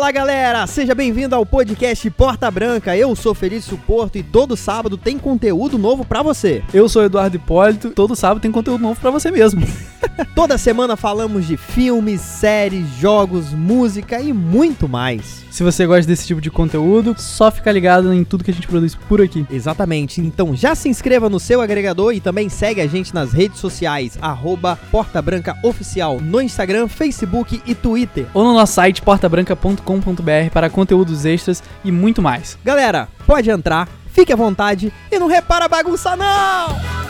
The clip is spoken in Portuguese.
Fala galera, seja bem-vindo ao podcast Porta Branca. Eu sou Felício Porto e todo sábado tem conteúdo novo pra você. Eu sou Eduardo Hipólito, todo sábado tem conteúdo novo pra você mesmo. Toda semana falamos de filmes, séries, jogos, música e muito mais. Se você gosta desse tipo de conteúdo, só fica ligado em tudo que a gente produz por aqui. Exatamente, então já se inscreva no seu agregador e também segue a gente nas redes sociais, @PortaBrancaOficial, no Instagram, Facebook e Twitter. Ou no nosso site portabranca.com.br para conteúdos extras e muito mais. Galera, pode entrar, fique à vontade e não repara a bagunça não!